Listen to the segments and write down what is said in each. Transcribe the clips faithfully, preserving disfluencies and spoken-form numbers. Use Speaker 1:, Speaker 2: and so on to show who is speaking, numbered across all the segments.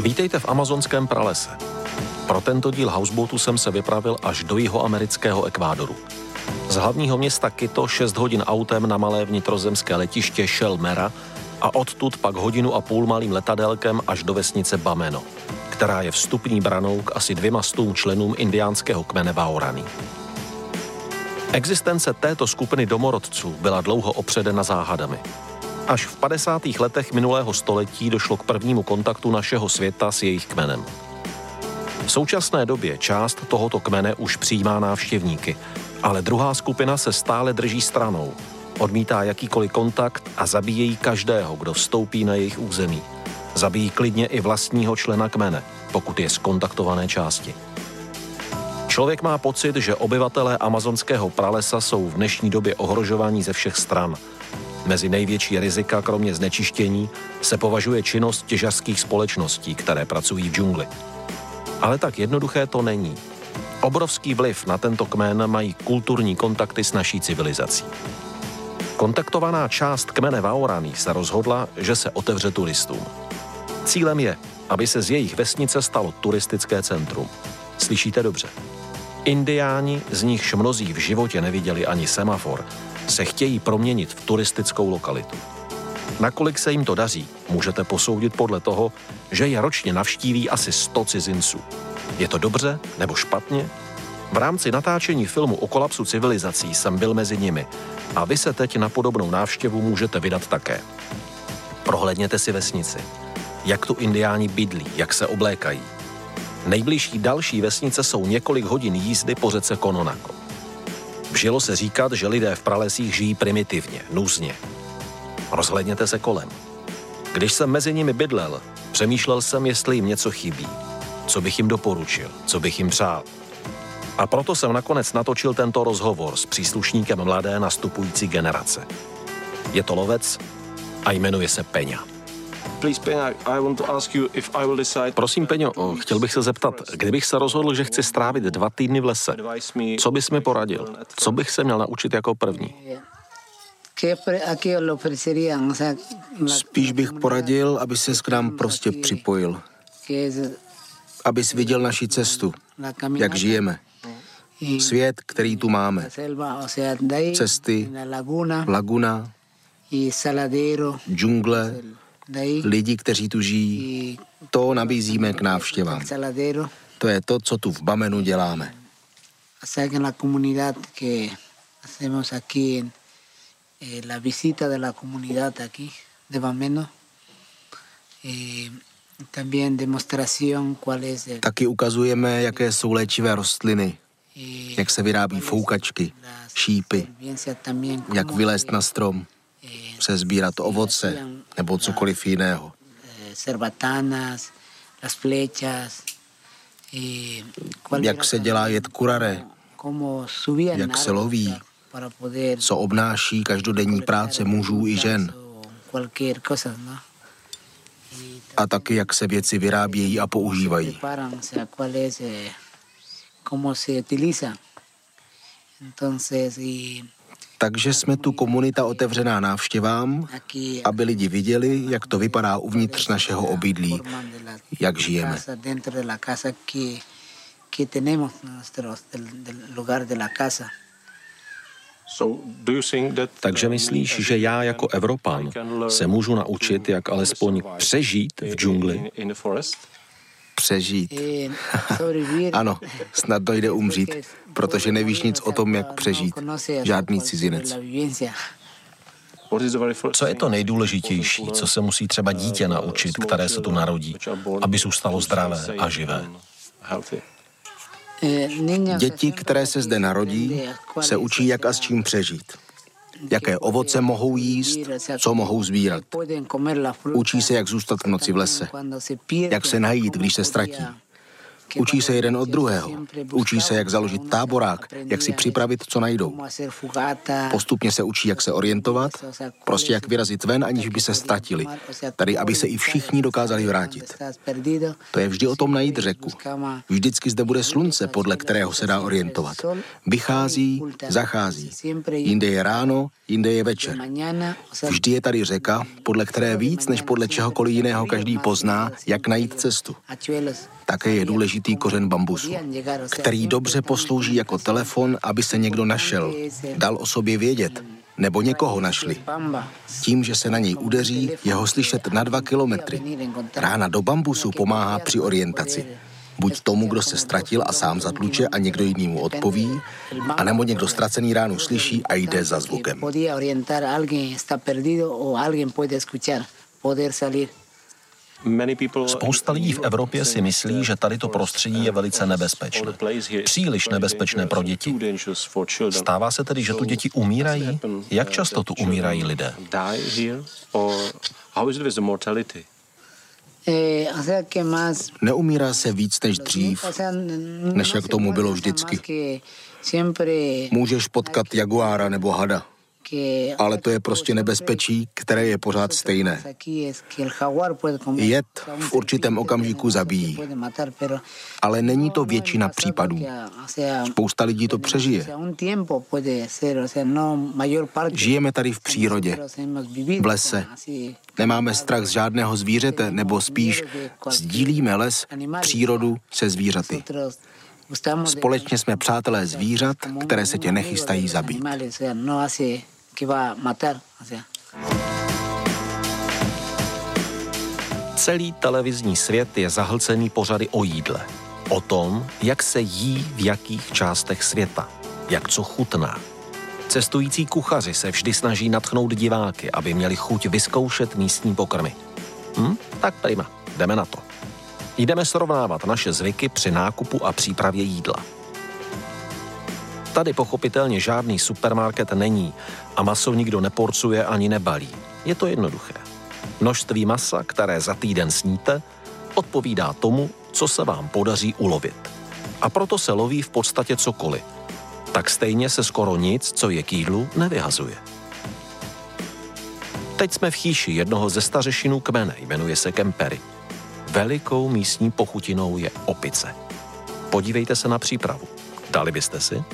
Speaker 1: Vítejte v amazonském pralese. Pro tento díl Houseboatu jsem se vypravil až do jihoamerického Ekvádoru. Z hlavního města Quito šest hodin autem na malé vnitrozemské letiště Shell Mera a odtud pak hodinu a půl malým letadélkem až do vesnice Bameno, která je vstupní branou k asi dvěma stům členům indiánského kmene Waorani. Existence této skupiny domorodců byla dlouho opředena záhadami. Až v padesátých letech minulého století došlo k prvnímu kontaktu našeho světa s jejich kmenem. V současné době část tohoto kmene už přijímá návštěvníky, ale druhá skupina se stále drží stranou, odmítá jakýkoliv kontakt a zabíjejí každého, kdo vstoupí na jejich území. Zabíjí klidně i vlastního člena kmene, pokud je z kontaktované části. Člověk má pocit, že obyvatelé amazonského pralesa jsou v dnešní době ohrožováni ze všech stran. Mezi největší rizika, kromě znečištění, se považuje činnost těžařských společností, které pracují v džungli. Ale tak jednoduché to není. Obrovský vliv na tento kmen mají kulturní kontakty s naší civilizací. Kontaktovaná část kmene Waorani se rozhodla, že se otevře turistům. Cílem je, aby se z jejich vesnice stalo turistické centrum. Slyšíte dobře. Indiáni, z nichž mnozí v životě neviděli ani semafor, se chtějí proměnit v turistickou lokalitu. Nakolik se jim to daří, můžete posoudit podle toho, že je ročně navštíví asi sto cizinců. Je to dobře nebo špatně? V rámci natáčení filmu o kolapsu civilizací jsem byl mezi nimi a vy se teď na podobnou návštěvu můžete vydat také. Prohlédněte si vesnici. Jak tu indiáni bydlí, jak se oblékají. Nejbližší další vesnice jsou několik hodin jízdy po řece Kononako. Vžilo se říkat, že lidé v pralesích žijí primitivně, nuzně. Rozhlédněte se kolem. Když jsem mezi nimi bydlel, přemýšlel jsem, jestli jim něco chybí. Co bych jim doporučil, co bych jim přál. A proto jsem nakonec natočil tento rozhovor s příslušníkem mladé nastupující generace. Je to lovec a jmenuje se Peňa. Prosím, Peňo, chtěl bych se zeptat, kdybych se rozhodl, že chci strávit dva týdny v lese, co bys mi poradil? Co bych se měl naučit jako první?
Speaker 2: Spíš bych poradil, aby ses k nám prostě připojil. Abys viděl naši cestu, jak žijeme. Svět, který tu máme. Cesty, laguna, džungle, lidi, kteří tu žijí. To nabízíme k návštěvám. To je to, co tu v Bamenu děláme.
Speaker 3: La visita de la comunidad aquí de Bameno. También demostración cuál es.
Speaker 2: Taky ukazujeme, jaké jsou léčivé rostliny, jak se vyrábí foukačky, šípy, jak vylézt na strom, sesbírat ovoce nebo cokoliv jiného. Jak se dělá jed kurare, jak se loví, co obnáší každodenní práce mužů i žen. A taky, jak se věci vyrábějí a používají. Takže jsme tu komunita otevřená návštěvám, aby lidi viděli, jak to vypadá uvnitř našeho obydlí, jak žijeme.
Speaker 1: Takže myslíš, že já jako Evropan se můžu naučit, jak alespoň přežít v džungli?
Speaker 2: Přežít. Ano, snad dojde umřít, protože nevíš nic o tom, jak přežít. Žádný cizinec.
Speaker 1: Co je to nejdůležitější, co se musí třeba dítě naučit, které se tu narodí, aby zůstalo zdravé a živé?
Speaker 2: Děti, které se zde narodí, se učí, jak a s čím přežít. Jaké ovoce mohou jíst, co mohou sbírat. Učí se, jak zůstat v noci v lese, jak se najít, když se ztratí, Učí se jeden od druhého. Učí se, jak založit táborák, jak si připravit, co najdou. Postupně se učí, jak se orientovat, prostě jak vyrazit ven, aniž by se ztratili. Tady, aby se i všichni dokázali vrátit. To je vždy o tom najít řeku. Vždycky zde bude slunce, podle kterého se dá orientovat. Vychází, zachází. Jinde je ráno, jinde je večer. Vždy je tady řeka, podle které víc než podle čehokoliv jiného každý pozná, jak najít cestu. Také je důležitý kořen bambusu, který dobře poslouží jako telefon, aby se někdo našel, dal o sobě vědět, nebo někoho našli. Tím, že se na něj udeří, je ho slyšet na dva kilometry. Rána do bambusu pomáhá při orientaci. Buď tomu, kdo se ztratil a sám zatluče a někdo jiný mu odpoví, anebo někdo ztracený ránu slyší a jde za zvukem.
Speaker 1: Spousta lidí v Evropě si myslí, že tady to prostředí je velice nebezpečné. Příliš nebezpečné pro děti. Stává se tedy, že tu děti umírají? Jak často tu umírají lidé?
Speaker 2: Neumírá se víc než dřív, než jak tomu bylo vždycky. Můžeš potkat jaguára nebo hada, ale to je prostě nebezpečí, které je pořád stejné. Jed v určitém okamžiku zabíjí, ale není to většina případů. Spousta lidí to přežije. Žijeme tady v přírodě, v lese. Nemáme strach z žádného zvířete, nebo spíš sdílíme les, přírodu se zvířaty. Společně jsme přátelé zvířat, které se tě nechystají zabít.
Speaker 1: Celý televizní svět je zahlcený pořady o jídle. O tom, jak se jí v jakých částech světa, jak co chutná. Cestující kuchaři se vždy snaží nadchnout diváky, aby měli chuť vyzkoušet místní pokrmy. Hm? Tak prima, jdeme na to. Jdeme srovnávat naše zvyky při nákupu a přípravě jídla. Tady pochopitelně žádný supermarket není a maso nikdo neporcuje ani nebalí. Je to jednoduché. Množství masa, které za týden sníte, odpovídá tomu, co se vám podaří ulovit. A proto se loví v podstatě cokoliv. Tak stejně se skoro nic, co je k jídlu, nevyhazuje. Teď jsme v chýši jednoho ze stařešinů kmene, jmenuje se Kempery. Velikou místní pochutinou je opice. Podívejte se na přípravu. Dali byste si?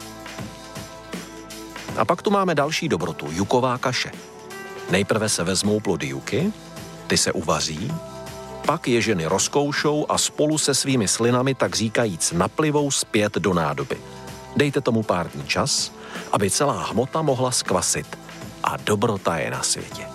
Speaker 1: A pak tu máme další dobrotu, juková kaše. Nejprve se vezmou plody juky, ty se uvaří, pak je ženy rozkoušou a spolu se svými slinami tak říkajíc naplivou zpět do nádoby. Dejte tomu pár dní čas, aby celá hmota mohla skvasit. A dobrota je na světě.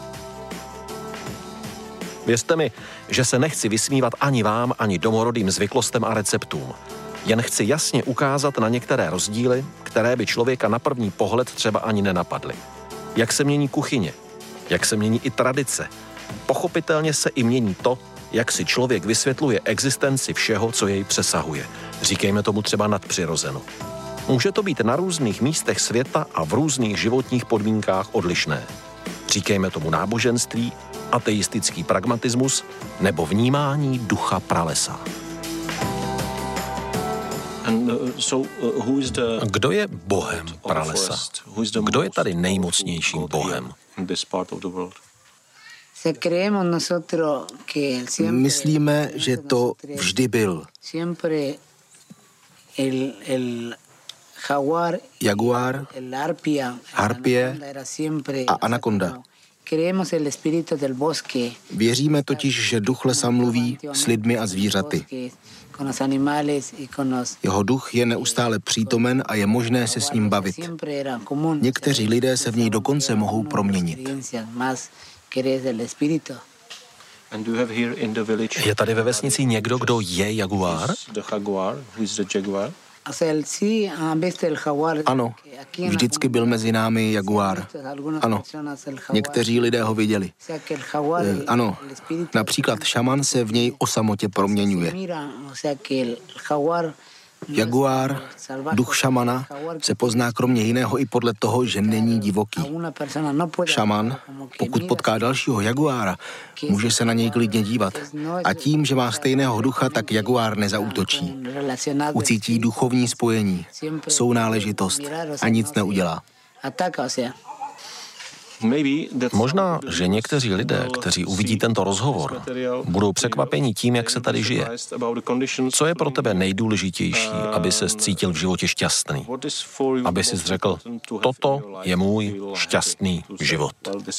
Speaker 1: Věřte mi, že se nechci vysmívat ani vám, ani domorodým zvyklostem a receptům. Jen chci jasně ukázat na některé rozdíly, které by člověka na první pohled třeba ani nenapadly. Jak se mění kuchyně, jak se mění i tradice. Pochopitelně se i mění to, jak si člověk vysvětluje existenci všeho, co jej přesahuje. Říkejme tomu třeba nadpřirozeno. Může to být na různých místech světa a v různých životních podmínkách odlišné. Říkejme tomu náboženství, ateistický pragmatismus nebo vnímání ducha pralesa. Kdo je bohem pralesa? Kdo je tady nejmocnějším bohem?
Speaker 2: Myslíme, že to vždy byl. Jaguár, harpie a anakonda. Věříme totiž, že duch lesa mluví s lidmi a zvířaty. Jeho duch je neustále přítomen a je možné se s ním bavit. Někteří lidé se v něj dokonce mohou proměnit.
Speaker 1: Je tady ve vesnici někdo, kdo je jaguár?
Speaker 2: Ano, vždycky byl mezi námi jaguár. Ano, někteří lidé ho viděli. Ano, například šaman se v něj o samotě proměňuje. Jaguár, duch šamana, se pozná kromě jiného i podle toho, že není divoký. Šaman, pokud potká dalšího jaguára, může se na něj klidně dívat. A tím, že má stejného ducha, tak jaguár nezaútočí. Ucítí duchovní spojení, sounáležitost a nic neudělá.
Speaker 1: Možná, že někteří lidé, kteří uvidí tento rozhovor, budou překvapeni tím, jak se tady žije. Co je pro tebe nejdůležitější, aby se cítil v životě šťastný? Aby si řekl, toto je můj šťastný život.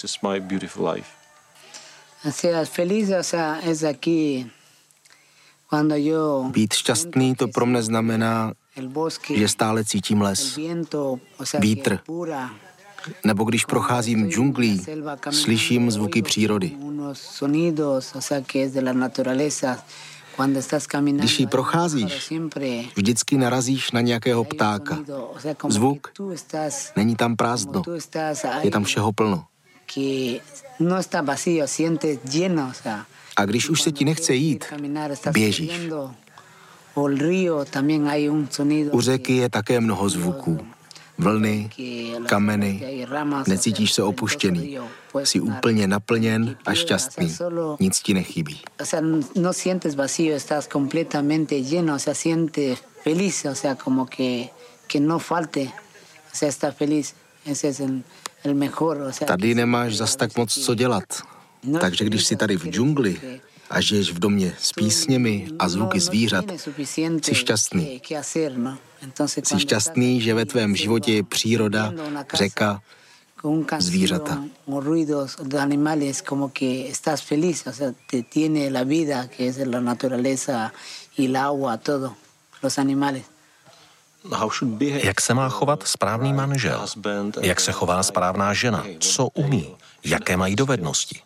Speaker 2: Být šťastný, to pro mne znamená, že stále cítím les, vítr. Nebo když procházím džunglí, slyším zvuky přírody. Když ji procházíš, vždycky narazíš na nějakého ptáka. Zvuk, není tam prázdno, je tam všeho plno. A když už se ti nechce jít, běžíš. U řeky je také mnoho zvuků. Vlny, kameny, necítíš se opuštěný. Jsi úplně naplněn a šťastný. Nic ti nechybí. Tady nemáš zas tak moc co dělat. Takže když jsi tady v džungli a žiješ v domě s písněmi a zvuky zvířat, jsi šťastný. Jsi šťastný, že ve tvém životě je příroda, řeka, zvířata.
Speaker 1: Jak se má chovat správný manžel? Jak se chová správná žena? Co umí? Jaké mají dovednosti?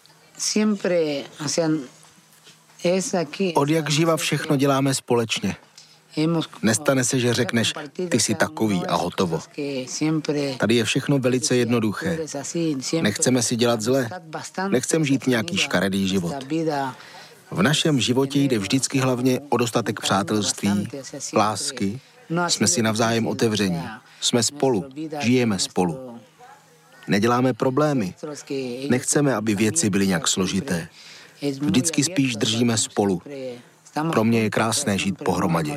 Speaker 2: Od jak živa všechno děláme společně. Nestane se, že řekneš, ty jsi takový a hotovo. Tady je všechno velice jednoduché. Nechceme si dělat zle. Nechcem žít nějaký škaredý život. V našem životě jde vždycky hlavně o dostatek přátelství, lásky. Jsme si navzájem otevření. Jsme spolu, žijeme spolu. Neděláme problémy. Nechceme, aby věci byly nějak složité. Vždycky spíš držíme spolu. Pro mě je krásné žít pohromadě.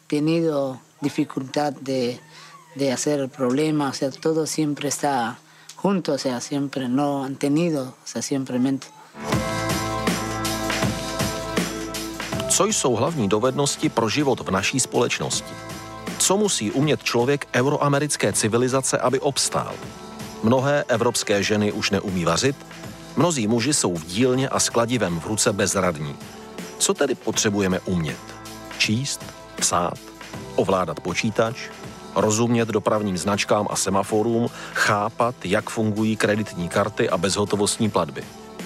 Speaker 1: Co jsou hlavní dovednosti pro život v naší společnosti? Co musí umět člověk euroamerické civilizace, aby obstál? Mnohé evropské ženy už neumí vařit, mnozí muži jsou v dílně a s kladivem v ruce bezradní. Co tedy potřebujeme umět? Číst, psát, ovládat počítač, rozumět dopravním značkám a semaforům, chápat, jak fungují kreditní karty a bezhotovostní platby.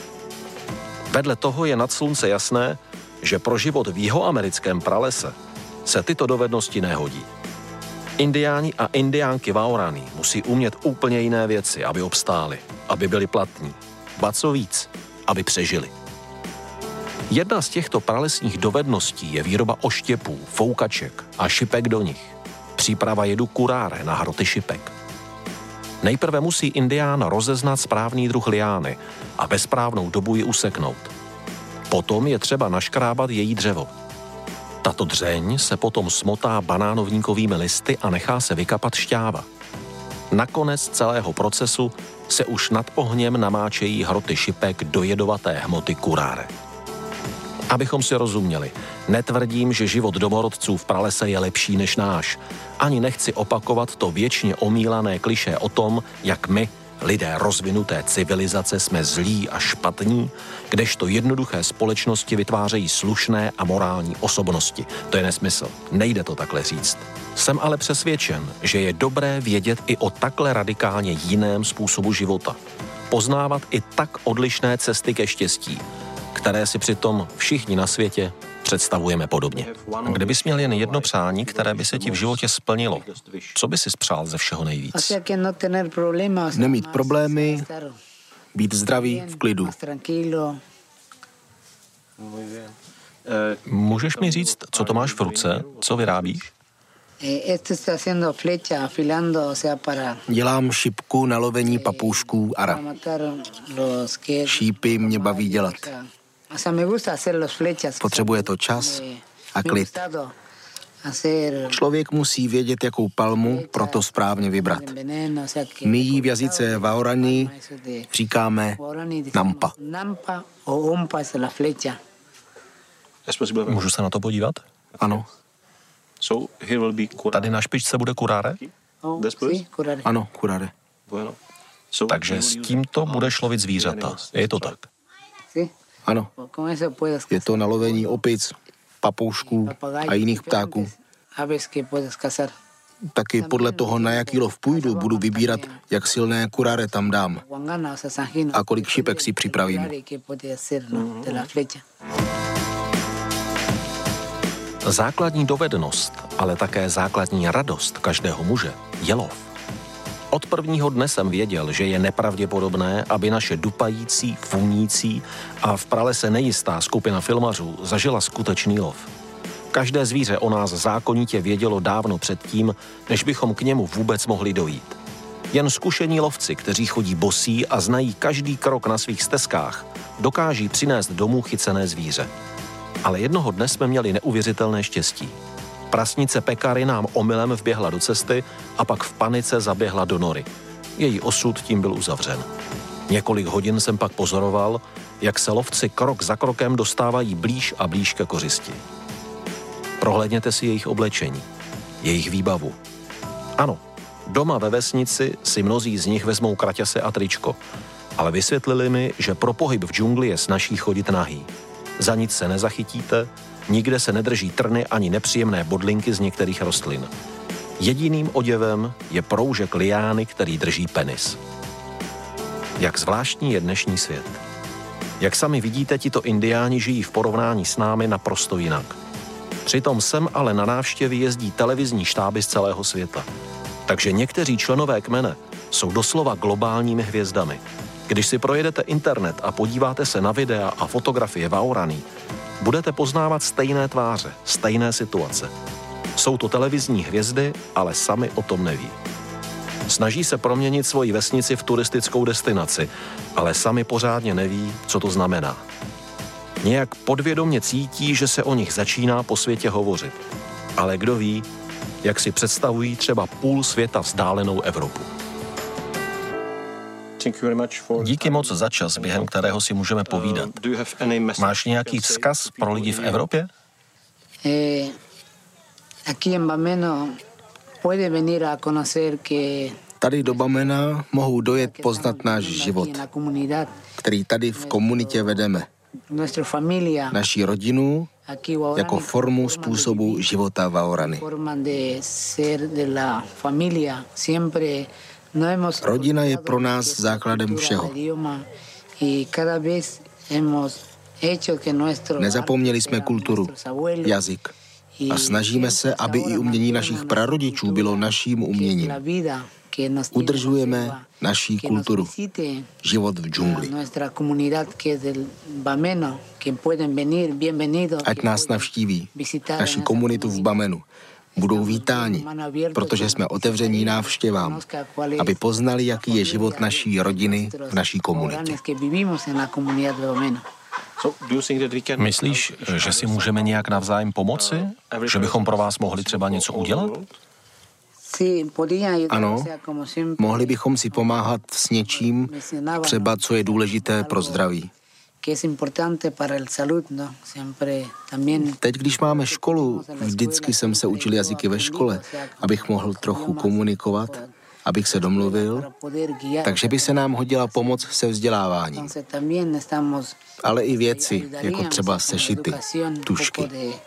Speaker 1: Vedle toho je nad slunce jasné, že pro život v jihoamerickém pralese se tyto dovednosti nehodí. Indiáni a indiánky Waorani musí umět úplně jiné věci, aby obstáli, aby byli platní. Ba co víc, aby přežili. Jedna z těchto pralesních dovedností je výroba oštěpů, foukaček a šipek do nich. Příprava jedu kuráre na hroty šipek. Nejprve musí indián rozeznat správný druh liány a ve správnou dobu ji useknout. Potom je třeba naškrábat její dřevo. Tato dřeň se potom smotá banánovníkovými listy a nechá se vykapat šťáva. Nakonec celého procesu se už nad ohněm namáčejí hroty šipek do jedovaté hmoty kuráre. Abychom si rozuměli, netvrdím, že život domorodců v pralese je lepší než náš. Ani nechci opakovat to věčně omílané klišé o tom, jak my, lidé rozvinuté civilizace, jsme zlí a špatní, kdežto jednoduché společnosti vytvářejí slušné a morální osobnosti. To je nesmysl. Nejde to takhle říct. Jsem ale přesvědčen, že je dobré vědět i o takhle radikálně jiném způsobu života. Poznávat i tak odlišné cesty ke štěstí, které si přitom všichni na světě představujeme podobně. Kdybys měl jen jedno přání, které by se ti v životě splnilo, co by si spřál ze všeho nejvíc?
Speaker 2: Nemít problémy, být zdravý, v klidu.
Speaker 1: Můžeš mi říct, co to máš v ruce? Co vyrábíš?
Speaker 2: Dělám šipku na lovení papoušků ara. Šípy mě baví dělat. Potřebuje to čas a klid. Člověk musí vědět, jakou palmu pro to správně vybrat. My jí v jazyce Waorani říkáme nampa.
Speaker 1: Můžu se na to podívat?
Speaker 2: Ano.
Speaker 1: Tady na špičce bude kurare?
Speaker 2: Ano, kurare.
Speaker 1: Takže s tímto budeš lovit zvířata. Je to tak?
Speaker 2: Ano. Je to na lovení opic, papoušků a jiných ptáků. Taky podle toho, na jaký lov půjdu, budu vybírat, jak silné kurare tam dám a kolik šipek si připravím.
Speaker 1: Základní dovednost, ale také základní radost každého muže je lov. Od prvního dne jsem věděl, že je nepravděpodobné, aby naše dupající, funící a v pralese nejistá skupina filmařů zažila skutečný lov. Každé zvíře o nás zákonitě vědělo dávno předtím, než bychom k němu vůbec mohli dojít. Jen zkušení lovci, kteří chodí bosí a znají každý krok na svých stezkách, dokáží přinést domů chycené zvíře. Ale jednoho dne jsme měli neuvěřitelné štěstí. Prasnice Pekary nám omylem vběhla do cesty a pak v panice zaběhla do nory. Její osud tím byl uzavřen. Několik hodin jsem pak pozoroval, jak se lovci krok za krokem dostávají blíž a blíž ke kořisti. Prohlédněte si jejich oblečení, jejich výbavu. Ano, doma ve vesnici si mnozí z nich vezmou kraťase a tričko, ale vysvětlili mi, že pro pohyb v džungli je snazší chodit nahý. Za nic se nezachytíte, nikde se nedrží trny ani nepříjemné bodlinky z některých rostlin. Jediným oděvem je proužek liány, který drží penis. Jak zvláštní je dnešní svět. Jak sami vidíte, tito indiáni žijí v porovnání s námi naprosto jinak. Přitom sem ale na návštěvy jezdí televizní štáby z celého světa. Takže někteří členové kmene jsou doslova globálními hvězdami. Když si projedete internet a podíváte se na videa a fotografie Waorani, budete poznávat stejné tváře, stejné situace. Jsou to televizní hvězdy, ale sami o tom neví. Snaží se proměnit svoji vesnici v turistickou destinaci, ale sami pořádně neví, co to znamená. Nějak podvědomě cítí, že se o nich začíná po světě hovořit. Ale kdo ví, jak si představují třeba půl světa vzdálenou Evropu. Díky moc za čas, během kterého si můžeme povídat. Máš nějaký vzkaz pro lidi v Evropě?
Speaker 2: Tady do Bamena mohou dojet poznat náš život, který tady v komunitě vedeme. Naši rodinu jako formu způsobu života Waorani. Rodina je pro nás základem všeho. Nezapomněli jsme kulturu, jazyk a snažíme se, aby i umění našich prarodičů bylo naším uměním. Udržujeme naší kulturu, život v džungli. Ať nás navštíví, naši komunitu v Bamenu. Budou vítáni, protože jsme otevření návštěvám, aby poznali, jaký je život naší rodiny v naší komunitě.
Speaker 1: Myslíš, že si můžeme nějak navzájem pomoci? Že bychom pro vás mohli třeba něco udělat?
Speaker 2: Ano, mohli bychom si pomáhat s něčím, třeba co je důležité pro zdraví. Teď, když máme školu, vždycky jsem se učil jazyky ve škole, abych mohl trochu komunikovat, abych se domluvil, takže by se nám hodila pomoc se vzděláváním. Ale i věci, jako třeba sešity, tužky.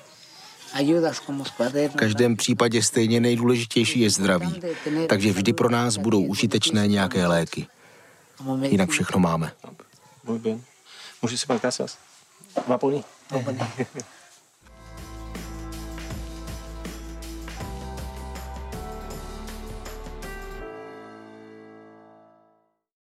Speaker 2: V každém případě stejně nejdůležitější je zdraví, takže vždy pro nás budou užitečné nějaké léky. Jinak všechno máme.
Speaker 4: Muchísimas gracias. Va por mí.